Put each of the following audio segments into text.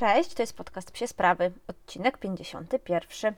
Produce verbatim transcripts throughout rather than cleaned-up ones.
Cześć, to jest podcast Psie Sprawy, odcinek pięćdziesiąty pierwszy.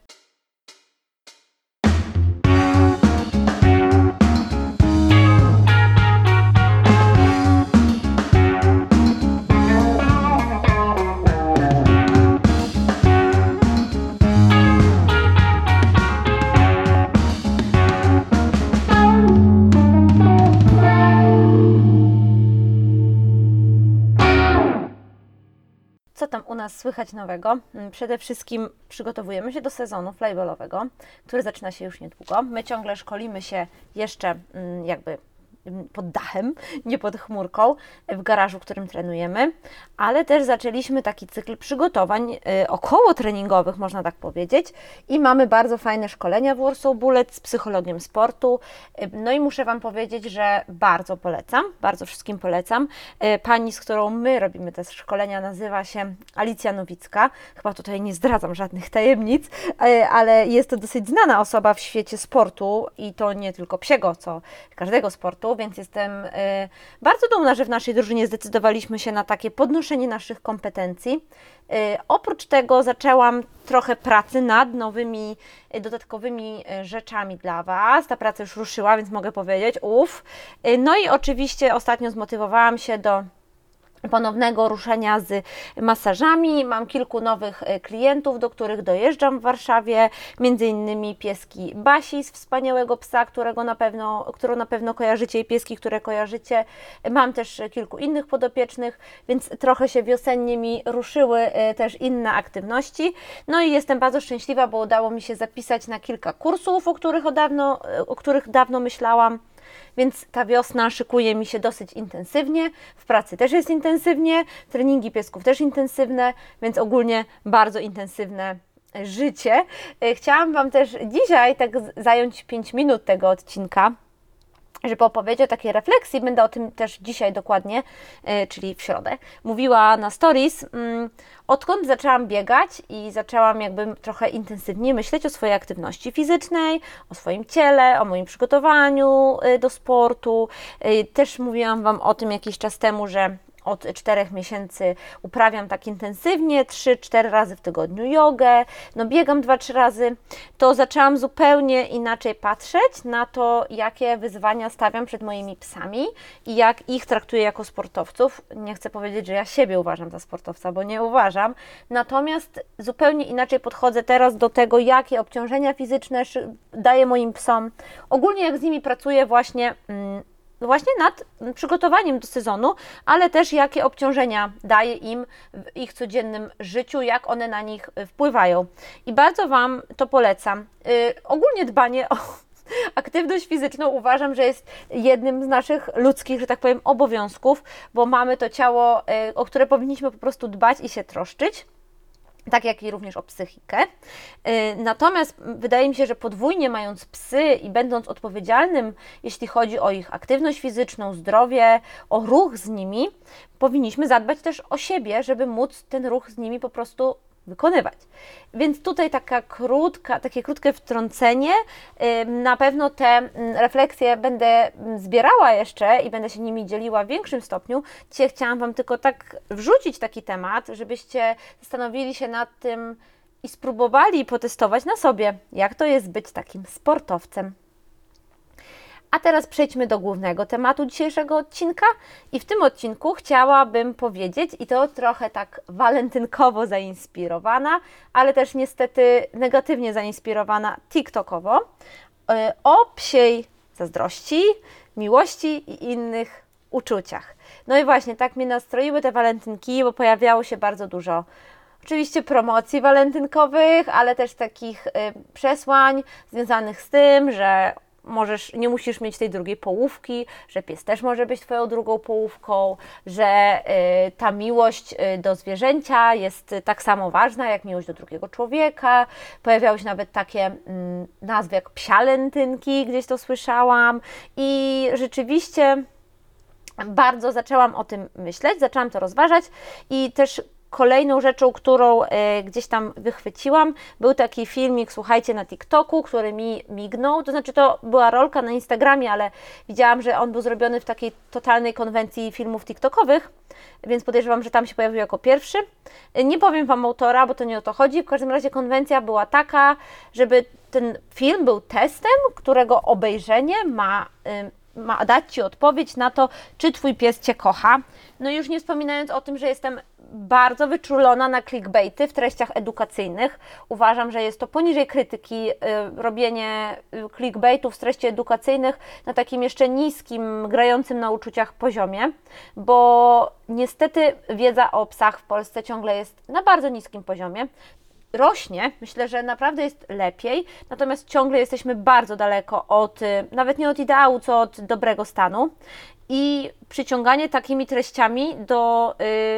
Co tam u nas słychać nowego? Przede wszystkim przygotowujemy się do sezonu flyballowego, który zaczyna się już niedługo. My ciągle szkolimy się jeszcze jakby pod dachem, nie pod chmurką, w garażu, w którym trenujemy, ale też zaczęliśmy taki cykl przygotowań około treningowych, można tak powiedzieć, i mamy bardzo fajne szkolenia w Warsaw Bullet z psychologiem sportu. No i muszę Wam powiedzieć, że bardzo polecam, bardzo wszystkim polecam. Pani, z którą my robimy te szkolenia, nazywa się Alicja Nowicka. Chyba tutaj nie zdradzam żadnych tajemnic, ale jest to dosyć znana osoba w świecie sportu i to nie tylko psiego, co każdego sportu, więc jestem y, bardzo dumna, że w naszej drużynie zdecydowaliśmy się na takie podnoszenie naszych kompetencji. Y, oprócz tego zaczęłam trochę pracy nad nowymi, y, dodatkowymi y, rzeczami dla Was. Ta praca już ruszyła, więc mogę powiedzieć, uff. Y, no i oczywiście ostatnio zmotywowałam się do ponownego ruszenia z masażami. Mam kilku nowych klientów, do których dojeżdżam w Warszawie, między innymi pieski Basi z wspaniałego psa, którego na pewno, którą na pewno kojarzycie, i pieski, które kojarzycie. Mam też kilku innych podopiecznych, więc trochę się wiosennie mi ruszyły też inne aktywności. No i jestem bardzo szczęśliwa, bo udało mi się zapisać na kilka kursów, o których, o dawno, o których dawno myślałam. Więc ta wiosna szykuje mi się dosyć intensywnie, w pracy też jest intensywnie, treningi piesków też intensywne, więc ogólnie bardzo intensywne życie. Chciałam Wam też dzisiaj tak zająć pięć minut tego odcinka, żeby opowiedzieć o takiej refleksji. Będę o tym też dzisiaj dokładnie, czyli w środę, mówiła na stories. Odkąd zaczęłam biegać i zaczęłam jakby trochę intensywniej myśleć o swojej aktywności fizycznej, o swoim ciele, o moim przygotowaniu do sportu. Też mówiłam Wam o tym jakiś czas temu, że od czterech miesięcy uprawiam tak intensywnie, trzy cztery razy w tygodniu jogę, no biegam dwa trzy razy, to zaczęłam zupełnie inaczej patrzeć na to, jakie wyzwania stawiam przed moimi psami i jak ich traktuję jako sportowców. Nie chcę powiedzieć, że ja siebie uważam za sportowca, bo nie uważam, natomiast zupełnie inaczej podchodzę teraz do tego, jakie obciążenia fizyczne daję moim psom, ogólnie jak z nimi pracuję właśnie mm, właśnie nad przygotowaniem do sezonu, ale też jakie obciążenia daje im w ich codziennym życiu, jak one na nich wpływają. I bardzo Wam to polecam. Yy, ogólnie dbanie o aktywność fizyczną uważam, że jest jednym z naszych ludzkich, że tak powiem, obowiązków, bo mamy to ciało, yy, o które powinniśmy po prostu dbać i się troszczyć. Tak jak i również o psychikę. Natomiast wydaje mi się, że podwójnie mając psy i będąc odpowiedzialnym, jeśli chodzi o ich aktywność fizyczną, zdrowie, o ruch z nimi, powinniśmy zadbać też o siebie, żeby móc ten ruch z nimi po prostu wykonywać. Więc tutaj taka krótka, takie krótkie wtrącenie. Na pewno te refleksje będę zbierała jeszcze i będę się nimi dzieliła w większym stopniu. Dzisiaj chciałam Wam tylko tak wrzucić taki temat, żebyście zastanowili się nad tym i spróbowali potestować na sobie, jak to jest być takim sportowcem. A teraz przejdźmy do głównego tematu dzisiejszego odcinka i w tym odcinku chciałabym powiedzieć, i to trochę tak walentynkowo zainspirowana, ale też niestety negatywnie zainspirowana tiktokowo, o psiej zazdrości, miłości i innych uczuciach. No i właśnie tak mnie nastroiły te walentynki, bo pojawiało się bardzo dużo oczywiście promocji walentynkowych, ale też takich y, przesłań związanych z tym, że możesz, nie musisz mieć tej drugiej połówki, że pies też może być Twoją drugą połówką, że y, ta miłość y, do zwierzęcia jest y, tak samo ważna jak miłość do drugiego człowieka. Pojawiały się nawet takie y, nazwy jak psialentynki, gdzieś to słyszałam i rzeczywiście bardzo zaczęłam o tym myśleć, zaczęłam to rozważać i też kolejną rzeczą, którą e, gdzieś tam wychwyciłam, był taki filmik, słuchajcie, na TikToku, który mi mignął, to znaczy to była rolka na Instagramie, ale widziałam, że on był zrobiony w takiej totalnej konwencji filmów TikTokowych, więc podejrzewam, że tam się pojawił jako pierwszy. Nie powiem Wam autora, bo to nie o to chodzi, w każdym razie konwencja była taka, żeby ten film był testem, którego obejrzenie ma... Y, ma dać Ci odpowiedź na to, czy Twój pies Cię kocha. No i już nie wspominając o tym, że jestem bardzo wyczulona na clickbaity w treściach edukacyjnych. Uważam, że jest to poniżej krytyki y, robienie clickbaitów z treści edukacyjnych na takim jeszcze niskim, grającym na uczuciach poziomie, bo niestety wiedza o psach w Polsce ciągle jest na bardzo niskim poziomie. Rośnie, myślę, że naprawdę jest lepiej, natomiast ciągle jesteśmy bardzo daleko od, nawet nie od ideału, co od dobrego stanu i przyciąganie takimi treściami do y,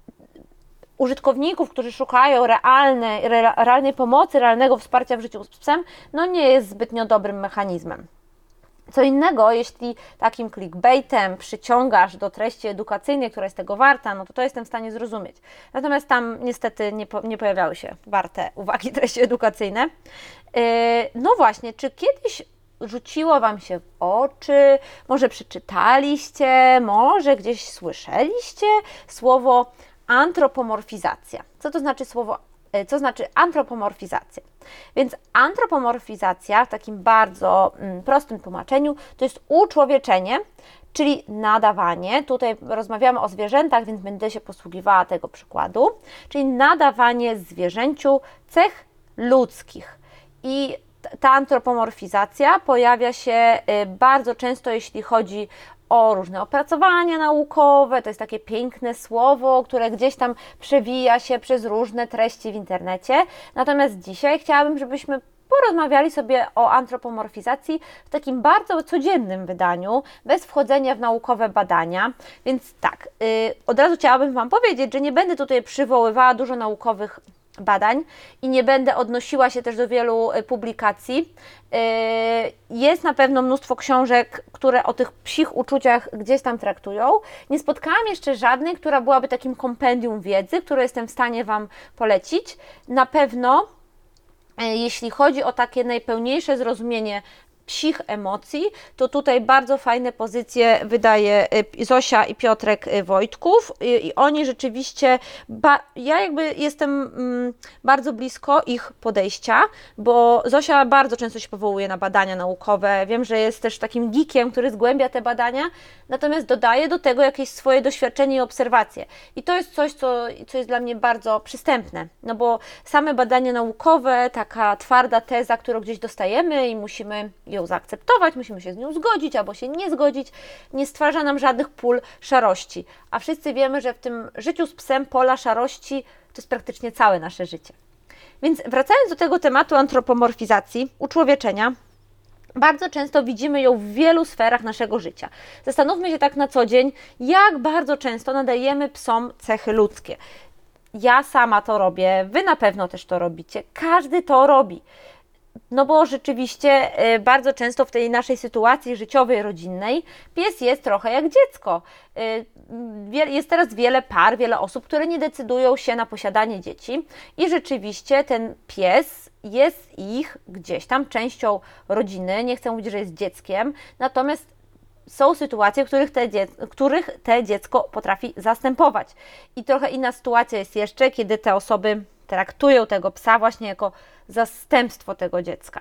użytkowników, którzy szukają realnej, re, realnej pomocy, realnego wsparcia w życiu z psem, no nie jest zbytnio dobrym mechanizmem. Co innego, jeśli takim clickbaitem przyciągasz do treści edukacyjnej, która jest tego warta, no to to jestem w stanie zrozumieć. Natomiast tam niestety nie, po, nie pojawiały się warte uwagi treści edukacyjne. Yy, no właśnie, czy kiedyś rzuciło Wam się w oczy, może przeczytaliście, może gdzieś słyszeliście słowo antropomorfizacja? Co to znaczy słowo Co znaczy antropomorfizacja? Więc antropomorfizacja w takim bardzo mm, prostym tłumaczeniu to jest uczłowieczenie, czyli nadawanie, tutaj rozmawiamy o zwierzętach, więc będę się posługiwała tego przykładu, czyli nadawanie zwierzęciu cech ludzkich. I ta antropomorfizacja pojawia się bardzo często, jeśli chodzi o różne opracowania naukowe, to jest takie piękne słowo, które gdzieś tam przewija się przez różne treści w internecie. Natomiast dzisiaj chciałabym, żebyśmy porozmawiali sobie o antropomorfizacji w takim bardzo codziennym wydaniu, bez wchodzenia w naukowe badania. Więc tak, yy, od razu chciałabym Wam powiedzieć, że nie będę tutaj przywoływała dużo naukowych badań i nie będę odnosiła się też do wielu publikacji. Jest na pewno mnóstwo książek, które o tych psich uczuciach gdzieś tam traktują. Nie spotkałam jeszcze żadnej, która byłaby takim kompendium wiedzy, które jestem w stanie Wam polecić. Na pewno, jeśli chodzi o takie najpełniejsze zrozumienie psich emocji, to tutaj bardzo fajne pozycje wydaje Zosia i Piotrek Wojtków i oni rzeczywiście, ba, ja jakby jestem mm, bardzo blisko ich podejścia, bo Zosia bardzo często się powołuje na badania naukowe, wiem, że jest też takim geekiem, który zgłębia te badania, natomiast dodaje do tego jakieś swoje doświadczenie i obserwacje i to jest coś, co, co jest dla mnie bardzo przystępne, no bo same badania naukowe, taka twarda teza, którą gdzieś dostajemy i musimy ją zaakceptować, musimy się z nią zgodzić albo się nie zgodzić, nie stwarza nam żadnych pól szarości. A wszyscy wiemy, że w tym życiu z psem pola szarości to jest praktycznie całe nasze życie. Więc wracając do tego tematu antropomorfizacji, uczłowieczenia, bardzo często widzimy ją w wielu sferach naszego życia. Zastanówmy się tak na co dzień, jak bardzo często nadajemy psom cechy ludzkie. Ja sama to robię, Wy na pewno też to robicie, każdy to robi. No bo rzeczywiście bardzo często w tej naszej sytuacji życiowej, rodzinnej pies jest trochę jak dziecko. Jest teraz wiele par, wiele osób, które nie decydują się na posiadanie dzieci i rzeczywiście ten pies jest ich gdzieś tam częścią rodziny, nie chcę mówić, że jest dzieckiem, natomiast są sytuacje, w których te, dzie- których te dziecko potrafi zastępować. I trochę inna sytuacja jest jeszcze, kiedy te osoby traktują tego psa właśnie jako zastępstwo tego dziecka.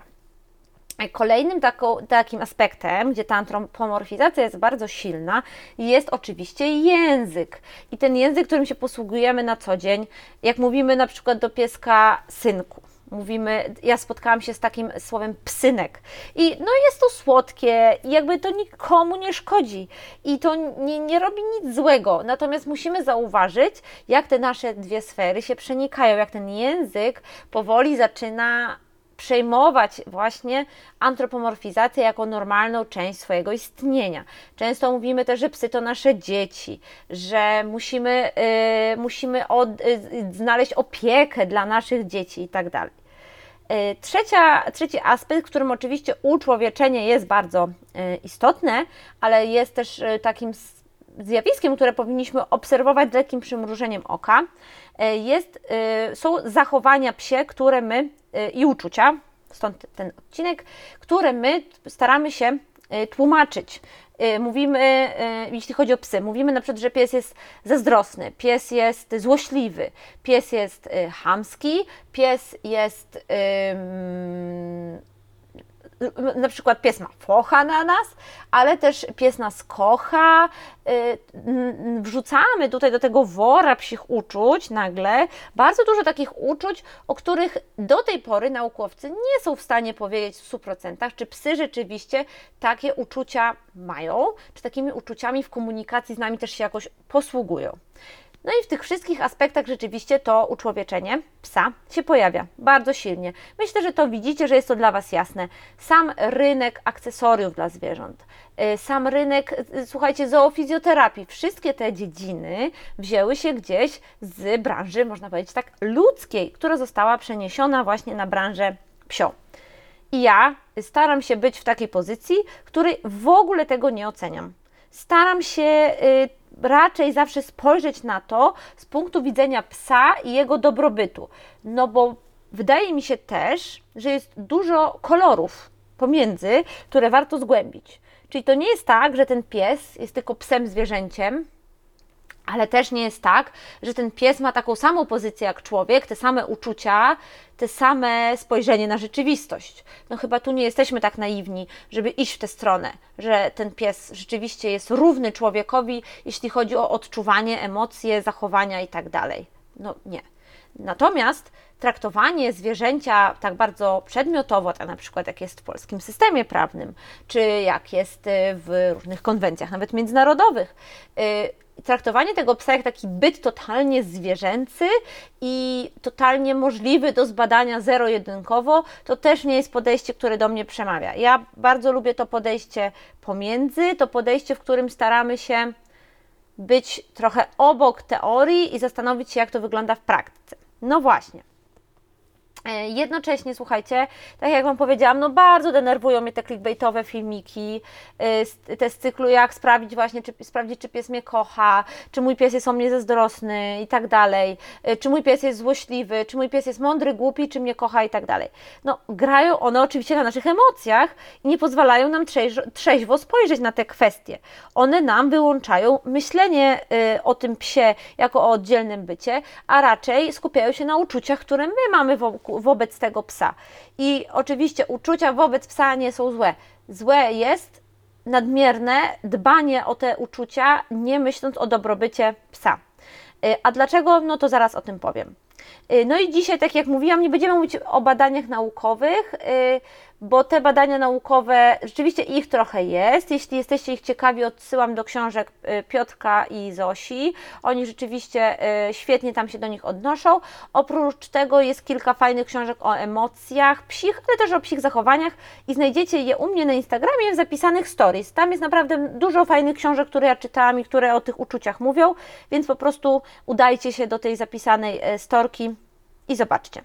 Kolejnym taką, takim aspektem, gdzie ta antropomorfizacja jest bardzo silna, jest oczywiście język. I ten język, którym się posługujemy na co dzień, jak mówimy na przykład do pieska synku. Mówimy, ja spotkałam się z takim słowem psynek i no jest to słodkie i jakby to nikomu nie szkodzi i to nie, nie robi nic złego, natomiast musimy zauważyć, jak te nasze dwie sfery się przenikają, jak ten język powoli zaczyna przejmować właśnie antropomorfizację jako normalną część swojego istnienia. Często mówimy też, że psy to nasze dzieci, że musimy, yy, musimy od, yy, znaleźć opiekę dla naszych dzieci i tak dalej. Trzecia, trzeci aspekt, w którym oczywiście uczłowieczenie jest bardzo istotne, ale jest też takim zjawiskiem, które powinniśmy obserwować z lekkim przymrużeniem oka, jest, są zachowania psie, które my i uczucia, stąd ten odcinek, które my staramy się tłumaczyć. Mówimy, jeśli chodzi o psy, mówimy na przykład, że pies jest zazdrosny, pies jest złośliwy, pies jest chamski, pies jest na przykład pies ma focha na nas, ale też pies nas kocha. Wrzucamy tutaj do tego wora psich uczuć nagle bardzo dużo takich uczuć, o których do tej pory naukowcy nie są w stanie powiedzieć w stu procentach, czy psy rzeczywiście takie uczucia mają, czy takimi uczuciami w komunikacji z nami też się jakoś posługują. No i w tych wszystkich aspektach rzeczywiście to uczłowieczenie psa się pojawia bardzo silnie. Myślę, że to widzicie, że jest to dla Was jasne. Sam rynek akcesoriów dla zwierząt, sam rynek, słuchajcie, zoofizjoterapii, wszystkie te dziedziny wzięły się gdzieś z branży, można powiedzieć tak, ludzkiej, która została przeniesiona właśnie na branżę psią. I ja staram się być w takiej pozycji, w której w ogóle tego nie oceniam. Staram się raczej zawsze spojrzeć na to z punktu widzenia psa i jego dobrobytu. No bo wydaje mi się też, że jest dużo kolorów pomiędzy, które warto zgłębić. Czyli to nie jest tak, że ten pies jest tylko psem zwierzęciem, ale też nie jest tak, że ten pies ma taką samą pozycję jak człowiek, te same uczucia, te same spojrzenie na rzeczywistość. No chyba tu nie jesteśmy tak naiwni, żeby iść w tę stronę, że ten pies rzeczywiście jest równy człowiekowi, jeśli chodzi o odczuwanie, emocje, zachowania i tak dalej. No nie. Natomiast traktowanie zwierzęcia tak bardzo przedmiotowo, tak na przykład jak jest w polskim systemie prawnym, czy jak jest w różnych konwencjach, nawet międzynarodowych, traktowanie tego psa jak taki byt totalnie zwierzęcy i totalnie możliwy do zbadania zero-jedynkowo, to też nie jest podejście, które do mnie przemawia. Ja bardzo lubię to podejście pomiędzy, to podejście, w którym staramy się być trochę obok teorii i zastanowić się, jak to wygląda w praktyce. No właśnie. Jednocześnie, słuchajcie, tak jak Wam powiedziałam, no bardzo denerwują mnie te clickbaitowe filmiki, te z cyklu jak sprawdzić właśnie, czy, sprawdzić, czy pies mnie kocha, czy mój pies jest o mnie zazdrosny i tak dalej, czy mój pies jest złośliwy, czy mój pies jest mądry, głupi, czy mnie kocha i tak dalej. No, grają one oczywiście na naszych emocjach i nie pozwalają nam trzeźwo, trzeźwo spojrzeć na te kwestie. One nam wyłączają myślenie y, o tym psie jako o oddzielnym bycie, a raczej skupiają się na uczuciach, które my mamy wokół wobec tego psa. I oczywiście uczucia wobec psa nie są złe. Złe jest nadmierne dbanie o te uczucia, nie myśląc o dobrobycie psa. A dlaczego? No to zaraz o tym powiem. No i dzisiaj, tak jak mówiłam, nie będziemy mówić o badaniach naukowych, bo te badania naukowe, rzeczywiście ich trochę jest. Jeśli jesteście ich ciekawi, odsyłam do książek Piotrka i Zosi. Oni rzeczywiście świetnie tam się do nich odnoszą. Oprócz tego jest kilka fajnych książek o emocjach psich, ale też o psich zachowaniach i znajdziecie je u mnie na Instagramie w zapisanych stories. Tam jest naprawdę dużo fajnych książek, które ja czytałam i które o tych uczuciach mówią, więc po prostu udajcie się do tej zapisanej storki i zobaczcie.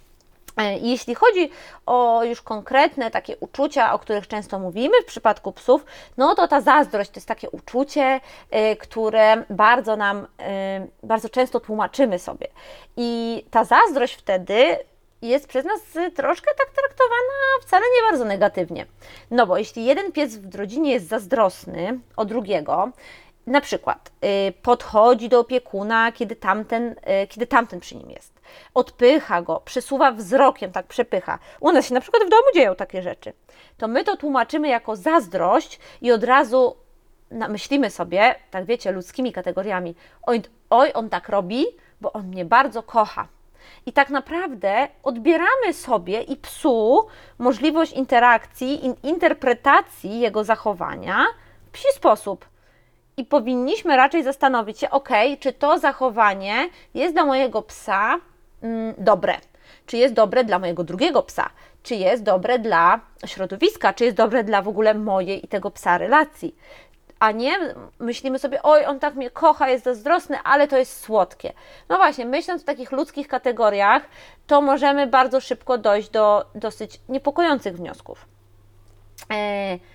Jeśli chodzi o już konkretne takie uczucia, o których często mówimy w przypadku psów, no to ta zazdrość to jest takie uczucie, które bardzo nam, bardzo często tłumaczymy sobie. I ta zazdrość wtedy jest przez nas troszkę tak traktowana wcale nie bardzo negatywnie. No bo jeśli jeden pies w rodzinie jest zazdrosny o drugiego, na przykład y, podchodzi do opiekuna, kiedy tamten, y, kiedy tamten przy nim jest. Odpycha go, przesuwa wzrokiem, tak przepycha. U nas się na przykład w domu dzieją takie rzeczy. To my to tłumaczymy jako zazdrość i od razu myślimy sobie, tak wiecie, ludzkimi kategoriami, oj, oj, on tak robi, bo on mnie bardzo kocha. I tak naprawdę odbieramy sobie i psu możliwość interakcji, in, interpretacji jego zachowania w psi sposób. I powinniśmy raczej zastanowić się, ok, czy to zachowanie jest dla mojego psa mm, dobre, czy jest dobre dla mojego drugiego psa, czy jest dobre dla środowiska, czy jest dobre dla w ogóle mojej i tego psa relacji. A nie myślimy sobie, oj, on tak mnie kocha, jest zazdrosny, ale to jest słodkie. No właśnie, myśląc w takich ludzkich kategoriach, to możemy bardzo szybko dojść do dosyć niepokojących wniosków. Eee,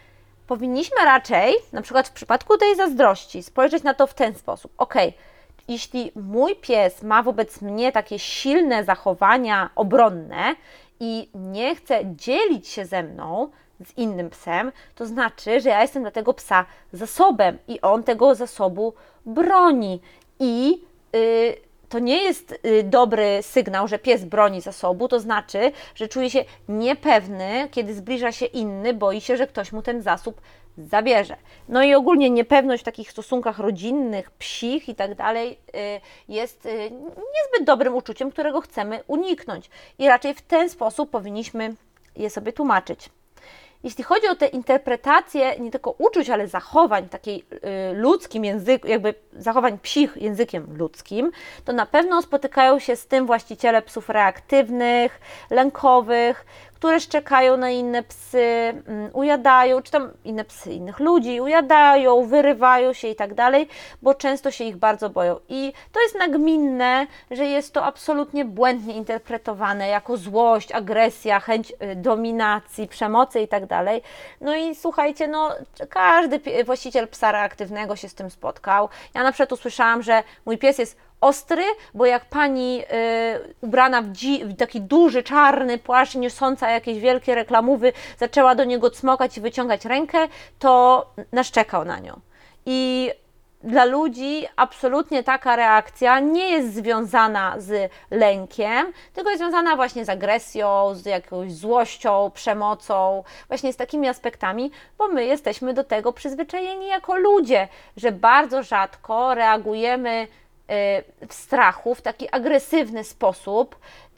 powinniśmy raczej, na przykład w przypadku tej zazdrości, spojrzeć na to w ten sposób. Ok, jeśli mój pies ma wobec mnie takie silne zachowania obronne i nie chce dzielić się ze mną, z innym psem, to znaczy, że ja jestem dla tego psa zasobem i on tego zasobu broni. I yy, to nie jest yy, dobry sygnał, że pies broni zasobu, to znaczy, że czuje się niepewny, kiedy zbliża się inny, boi się, że ktoś mu ten zasób zabierze. No i ogólnie niepewność w takich stosunkach rodzinnych, psich i tak dalej jest yy, niezbyt dobrym uczuciem, którego chcemy uniknąć. I raczej w ten sposób powinniśmy je sobie tłumaczyć. Jeśli chodzi o te interpretacje nie tylko uczuć, ale zachowań takiej y, ludzkim języku, jakby zachowań psich językiem ludzkim, to na pewno spotykają się z tym właściciele psów reaktywnych, lękowych, które szczekają na inne psy, um, ujadają, czy tam inne psy innych ludzi, ujadają, wyrywają się i tak dalej, bo często się ich bardzo boją. I to jest nagminne, że jest to absolutnie błędnie interpretowane jako złość, agresja, chęć y, dominacji, przemocy i tak dalej. No i słuchajcie, no każdy właściciel psa reaktywnego się z tym spotkał. Ja na przykład usłyszałam, że mój pies jest ostry, bo jak pani y, ubrana w, dzi- w taki duży, czarny płaszcz, niosąca jakieś wielkie reklamówy, zaczęła do niego cmokać i wyciągać rękę, to naszczekał na nią. I dla ludzi absolutnie taka reakcja nie jest związana z lękiem, tylko jest związana właśnie z agresją, z jakąś złością, przemocą, właśnie z takimi aspektami, bo my jesteśmy do tego przyzwyczajeni jako ludzie, że bardzo rzadko reagujemy w strachu, w taki agresywny sposób,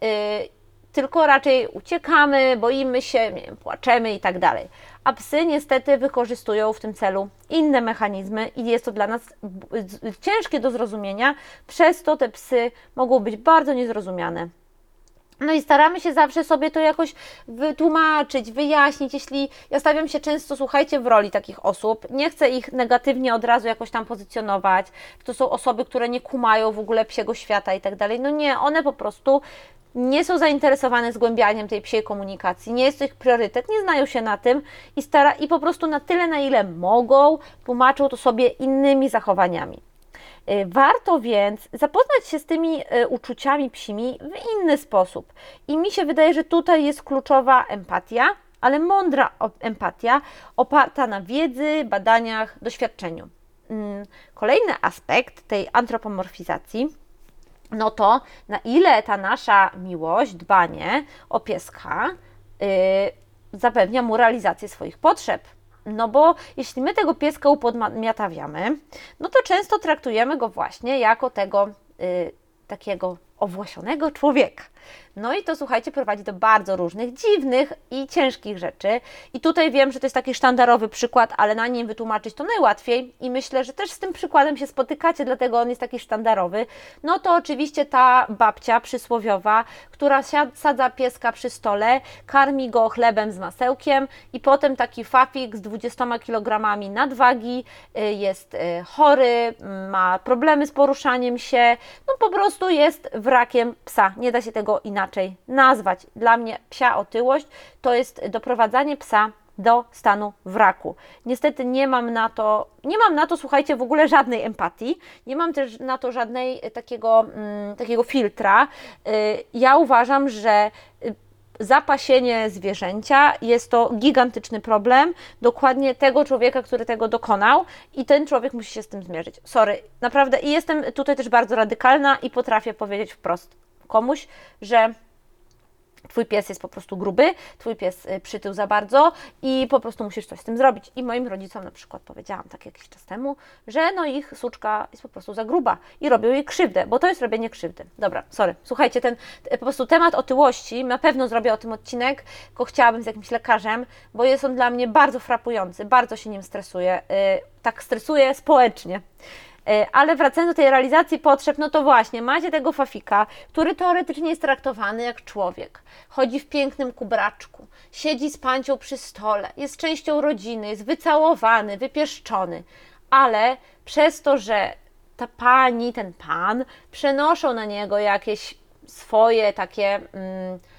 tylko raczej uciekamy, boimy się, nie wiem, płaczemy i tak dalej. A psy niestety wykorzystują w tym celu inne mechanizmy i jest to dla nas ciężkie do zrozumienia, przez to te psy mogą być bardzo niezrozumiane. No i staramy się zawsze sobie to jakoś wytłumaczyć, wyjaśnić, jeśli ja stawiam się często, słuchajcie, w roli takich osób, nie chcę ich negatywnie od razu jakoś tam pozycjonować, to są osoby, które nie kumają w ogóle psiego świata i tak dalej, no nie, one po prostu nie są zainteresowane zgłębianiem tej psiej komunikacji, nie jest to ich priorytet, nie znają się na tym i, stara, i po prostu na tyle, na ile mogą, tłumaczą to sobie innymi zachowaniami. Warto więc zapoznać się z tymi uczuciami psimi w inny sposób. I mi się wydaje, że tutaj jest kluczowa empatia, ale mądra empatia, oparta na wiedzy, badaniach, doświadczeniu. Kolejny aspekt tej antropomorfizacji, no to na ile ta nasza miłość, dbanie o pieska yy, zapewnia mu realizację swoich potrzeb. No bo jeśli my tego pieska upodmiotawiamy, no to często traktujemy go właśnie jako tego y, takiego owłosionego człowieka. No i to, słuchajcie, prowadzi do bardzo różnych dziwnych i ciężkich rzeczy. I tutaj wiem, że to jest taki sztandarowy przykład, ale na nim wytłumaczyć to najłatwiej i myślę, że też z tym przykładem się spotykacie, dlatego on jest taki sztandarowy. No to oczywiście ta babcia przysłowiowa, która sadza pieska przy stole, karmi go chlebem z masełkiem i potem taki fafik z dwudziestoma kilogramami nadwagi jest chory, ma problemy z poruszaniem się, no po prostu jest wrakiem psa. Nie da się tego inaczej nazwać. Dla mnie psia otyłość to jest doprowadzanie psa do stanu wraku. Niestety nie mam na to, nie mam na to, słuchajcie, w ogóle żadnej empatii, nie mam też na to żadnej takiego, mm, takiego filtra. Ja uważam, że zapasienie zwierzęcia jest to gigantyczny problem dokładnie tego człowieka, który tego dokonał i ten człowiek musi się z tym zmierzyć. Sorry, naprawdę i jestem tutaj też bardzo radykalna i potrafię powiedzieć wprost komuś, że Twój pies jest po prostu gruby, Twój pies przytył za bardzo i po prostu musisz coś z tym zrobić. I moim rodzicom na przykład powiedziałam tak jakiś czas temu, że no ich suczka jest po prostu za gruba i robią jej krzywdę, bo to jest robienie krzywdy. Dobra, sorry. Słuchajcie, ten po prostu temat otyłości, na pewno zrobię o tym odcinek, tylko chciałabym z jakimś lekarzem, bo jest on dla mnie bardzo frapujący, bardzo się nim stresuję, yy, tak stresuję społecznie. Ale wracając do tej realizacji potrzeb, no to właśnie, macie tego fafika, który teoretycznie jest traktowany jak człowiek. Chodzi w pięknym kubraczku, siedzi z pancią przy stole, jest częścią rodziny, jest wycałowany, wypieszczony, ale przez to, że ta pani, ten pan przenoszą na niego jakieś swoje takie... Mm,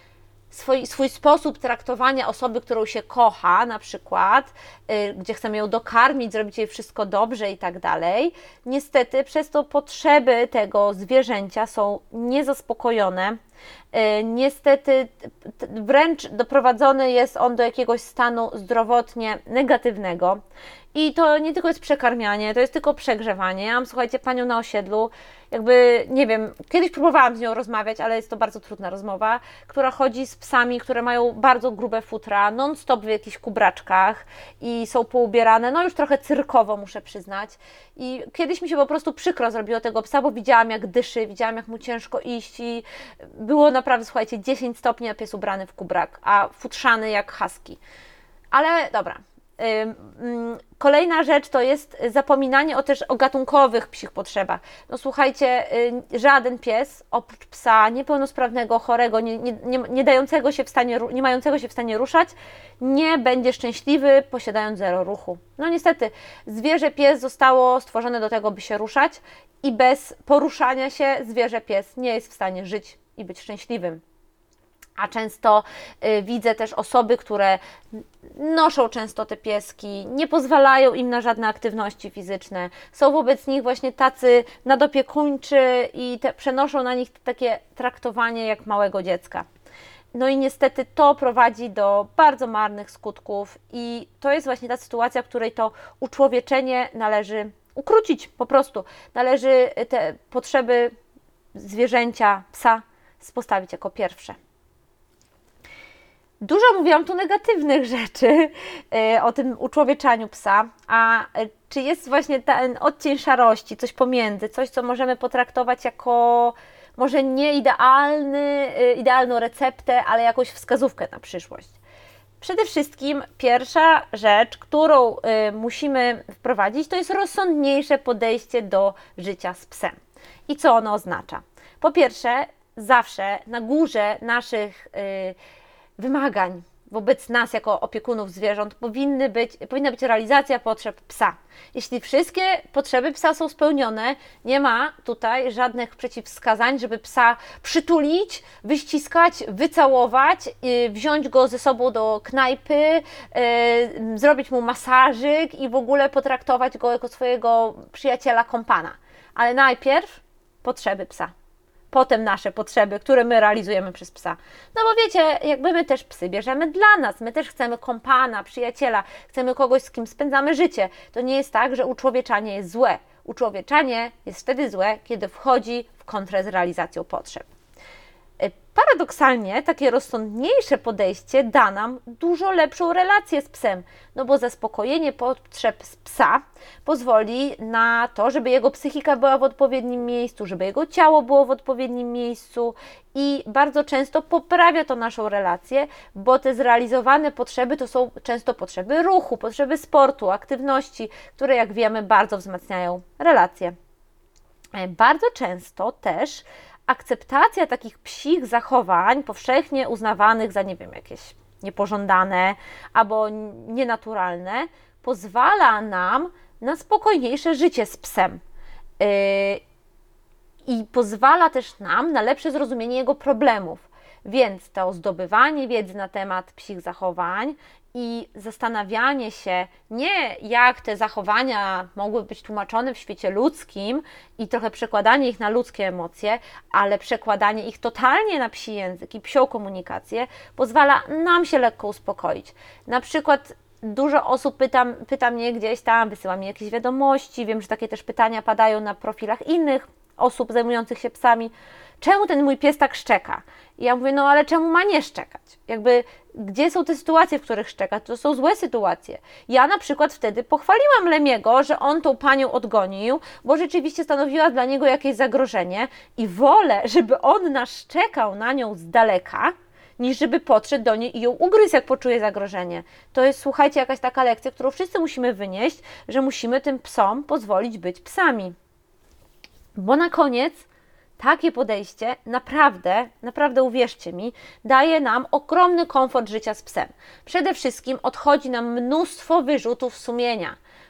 swój, swój sposób traktowania osoby, którą się kocha, na przykład, yy, gdzie chcemy ją dokarmić, zrobić jej wszystko dobrze i tak dalej. Niestety przez to potrzeby tego zwierzęcia są niezaspokojone. Yy, niestety wręcz doprowadzony jest on do jakiegoś stanu zdrowotnie negatywnego. I to nie tylko jest przekarmianie, to jest tylko przegrzewanie. Ja mam, słuchajcie, panią na osiedlu, jakby, nie wiem, kiedyś próbowałam z nią rozmawiać, ale jest to bardzo trudna rozmowa, która chodzi z psami, które mają bardzo grube futra, non-stop w jakichś kubraczkach i są poubierane, no już trochę cyrkowo, muszę przyznać. I kiedyś mi się po prostu przykro zrobiło tego psa, bo widziałam, jak dyszy, widziałam, jak mu ciężko iść i było naprawdę, słuchajcie, dziesięć stopni, a pies ubrany w kubrak, a futrzany jak husky. Ale dobra. Kolejna rzecz to jest zapominanie o też o gatunkowych psich potrzebach. No słuchajcie, żaden pies oprócz psa niepełnosprawnego, chorego, nie, nie, nie, nie dającego się w stanie, nie mającego się w stanie ruszać, nie będzie szczęśliwy, posiadając zero ruchu. No niestety, zwierzę pies zostało stworzone do tego, by się ruszać i bez poruszania się zwierzę pies nie jest w stanie żyć i być szczęśliwym. A często y, widzę też osoby, które noszą często te pieski, nie pozwalają im na żadne aktywności fizyczne, są wobec nich właśnie tacy nadopiekuńczy i te, przenoszą na nich takie traktowanie jak małego dziecka. No i niestety to prowadzi do bardzo marnych skutków i to jest właśnie ta sytuacja, w której to uczłowieczenie należy ukrócić po prostu. Należy te potrzeby zwierzęcia, psa postawić jako pierwsze. Dużo mówiłam tu negatywnych rzeczy o tym uczłowieczaniu psa, a czy jest właśnie ten odcień szarości, coś pomiędzy, coś, co możemy potraktować jako może nie idealny, idealną receptę, ale jakąś wskazówkę na przyszłość? Przede wszystkim pierwsza rzecz, którą musimy wprowadzić, to jest rozsądniejsze podejście do życia z psem. I co ono oznacza? Po pierwsze, zawsze na górze naszych wymagań wobec nas jako opiekunów zwierząt powinny być, powinna być realizacja potrzeb psa. Jeśli wszystkie potrzeby psa są spełnione, nie ma tutaj żadnych przeciwwskazań, żeby psa przytulić, wyściskać, wycałować, yy, wziąć go ze sobą do knajpy, yy, zrobić mu masażyk i w ogóle potraktować go jako swojego przyjaciela, kompana. Ale najpierw potrzeby psa. Potem nasze potrzeby, które my realizujemy przez psa. No bo wiecie, jakby my też psy bierzemy dla nas, my też chcemy kompana, przyjaciela, chcemy kogoś, z kim spędzamy życie. To nie jest tak, że uczłowieczanie jest złe. Uczłowieczanie jest wtedy złe, kiedy wchodzi w kontrę z realizacją potrzeb. Paradoksalnie takie rozsądniejsze podejście da nam dużo lepszą relację z psem, no bo zaspokojenie potrzeb z psa pozwoli na to, żeby jego psychika była w odpowiednim miejscu, żeby jego ciało było w odpowiednim miejscu i bardzo często poprawia to naszą relację, bo te zrealizowane potrzeby to są często potrzeby ruchu, potrzeby sportu, aktywności, które jak wiemy bardzo wzmacniają relacje. Bardzo często też akceptacja takich psich zachowań, powszechnie uznawanych za, nie wiem, jakieś niepożądane albo nienaturalne, pozwala nam na spokojniejsze życie z psem. Yy, I pozwala też nam na lepsze zrozumienie jego problemów. Więc to zdobywanie wiedzy na temat psich zachowań i zastanawianie się nie jak te zachowania mogły być tłumaczone w świecie ludzkim i trochę przekładanie ich na ludzkie emocje, ale przekładanie ich totalnie na psi język i psią komunikację pozwala nam się lekko uspokoić. Na przykład dużo osób pyta, pyta mnie gdzieś tam, wysyła mi jakieś wiadomości, wiem, że takie też pytania padają na profilach innych osób zajmujących się psami. Czemu ten mój pies tak szczeka? I ja mówię, no ale czemu ma nie szczekać? Jakby, gdzie są te sytuacje, w których szczeka? To są złe sytuacje. Ja na przykład wtedy pochwaliłam Lemiego, że on tą panią odgonił, bo rzeczywiście stanowiła dla niego jakieś zagrożenie i wolę, żeby on naszczekał na nią z daleka, niż żeby podszedł do niej i ją ugryzł, jak poczuje zagrożenie. To jest, słuchajcie, jakaś taka lekcja, którą wszyscy musimy wynieść, że musimy tym psom pozwolić być psami. Bo na koniec takie podejście naprawdę, naprawdę uwierzcie mi, daje nam ogromny komfort życia z psem. Przede wszystkim odchodzi nam mnóstwo wyrzutów sumienia.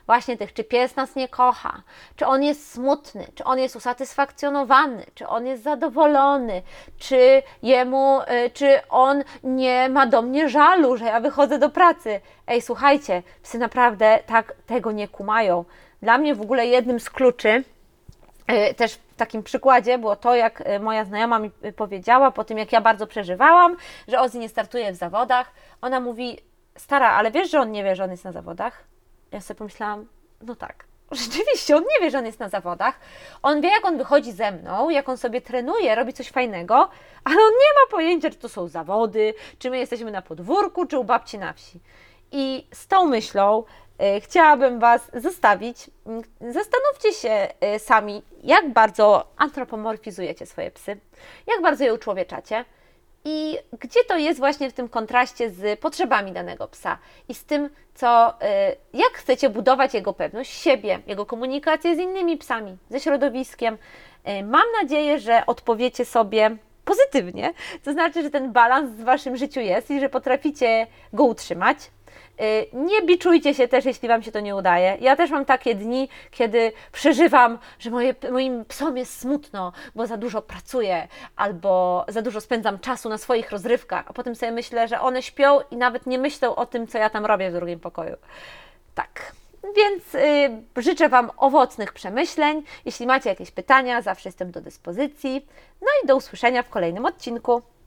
właśnie tych, czy pies nas nie kocha, czy on jest smutny, czy on jest usatysfakcjonowany, czy on jest zadowolony, czy jemu, czy on nie ma do mnie żalu, że ja wychodzę do pracy. Ej, słuchajcie, psy naprawdę tak tego nie kumają. Dla mnie w ogóle jednym z kluczy, też w takim przykładzie było to, jak moja znajoma mi powiedziała, po tym jak ja bardzo przeżywałam, że Ozzy nie startuje w zawodach. Ona mówi, stara, ale wiesz, że on nie wie, że on jest na zawodach? Ja sobie pomyślałam, no tak, rzeczywiście, on nie wie, że on jest na zawodach. On wie, jak on wychodzi ze mną, jak on sobie trenuje, robi coś fajnego, ale on nie ma pojęcia, czy to są zawody, czy my jesteśmy na podwórku, czy u babci na wsi. I z tą myślą y, chciałabym Was zostawić. Zastanówcie się y, sami, jak bardzo antropomorfizujecie swoje psy, jak bardzo je uczłowieczacie i gdzie to jest właśnie w tym kontraście z potrzebami danego psa i z tym, co, y, jak chcecie budować jego pewność siebie, jego komunikację z innymi psami, ze środowiskiem. Y, mam nadzieję, że odpowiecie sobie pozytywnie, to znaczy, że ten balans w Waszym życiu jest i że potraficie go utrzymać. Nie biczujcie się też, jeśli Wam się to nie udaje. Ja też mam takie dni, kiedy przeżywam, że moje, moim psom jest smutno, bo za dużo pracuję albo za dużo spędzam czasu na swoich rozrywkach, a potem sobie myślę, że one śpią i nawet nie myślą o tym, co ja tam robię w drugim pokoju. Tak. Więc y, życzę Wam owocnych przemyśleń. Jeśli macie jakieś pytania, zawsze jestem do dyspozycji. No i do usłyszenia w kolejnym odcinku.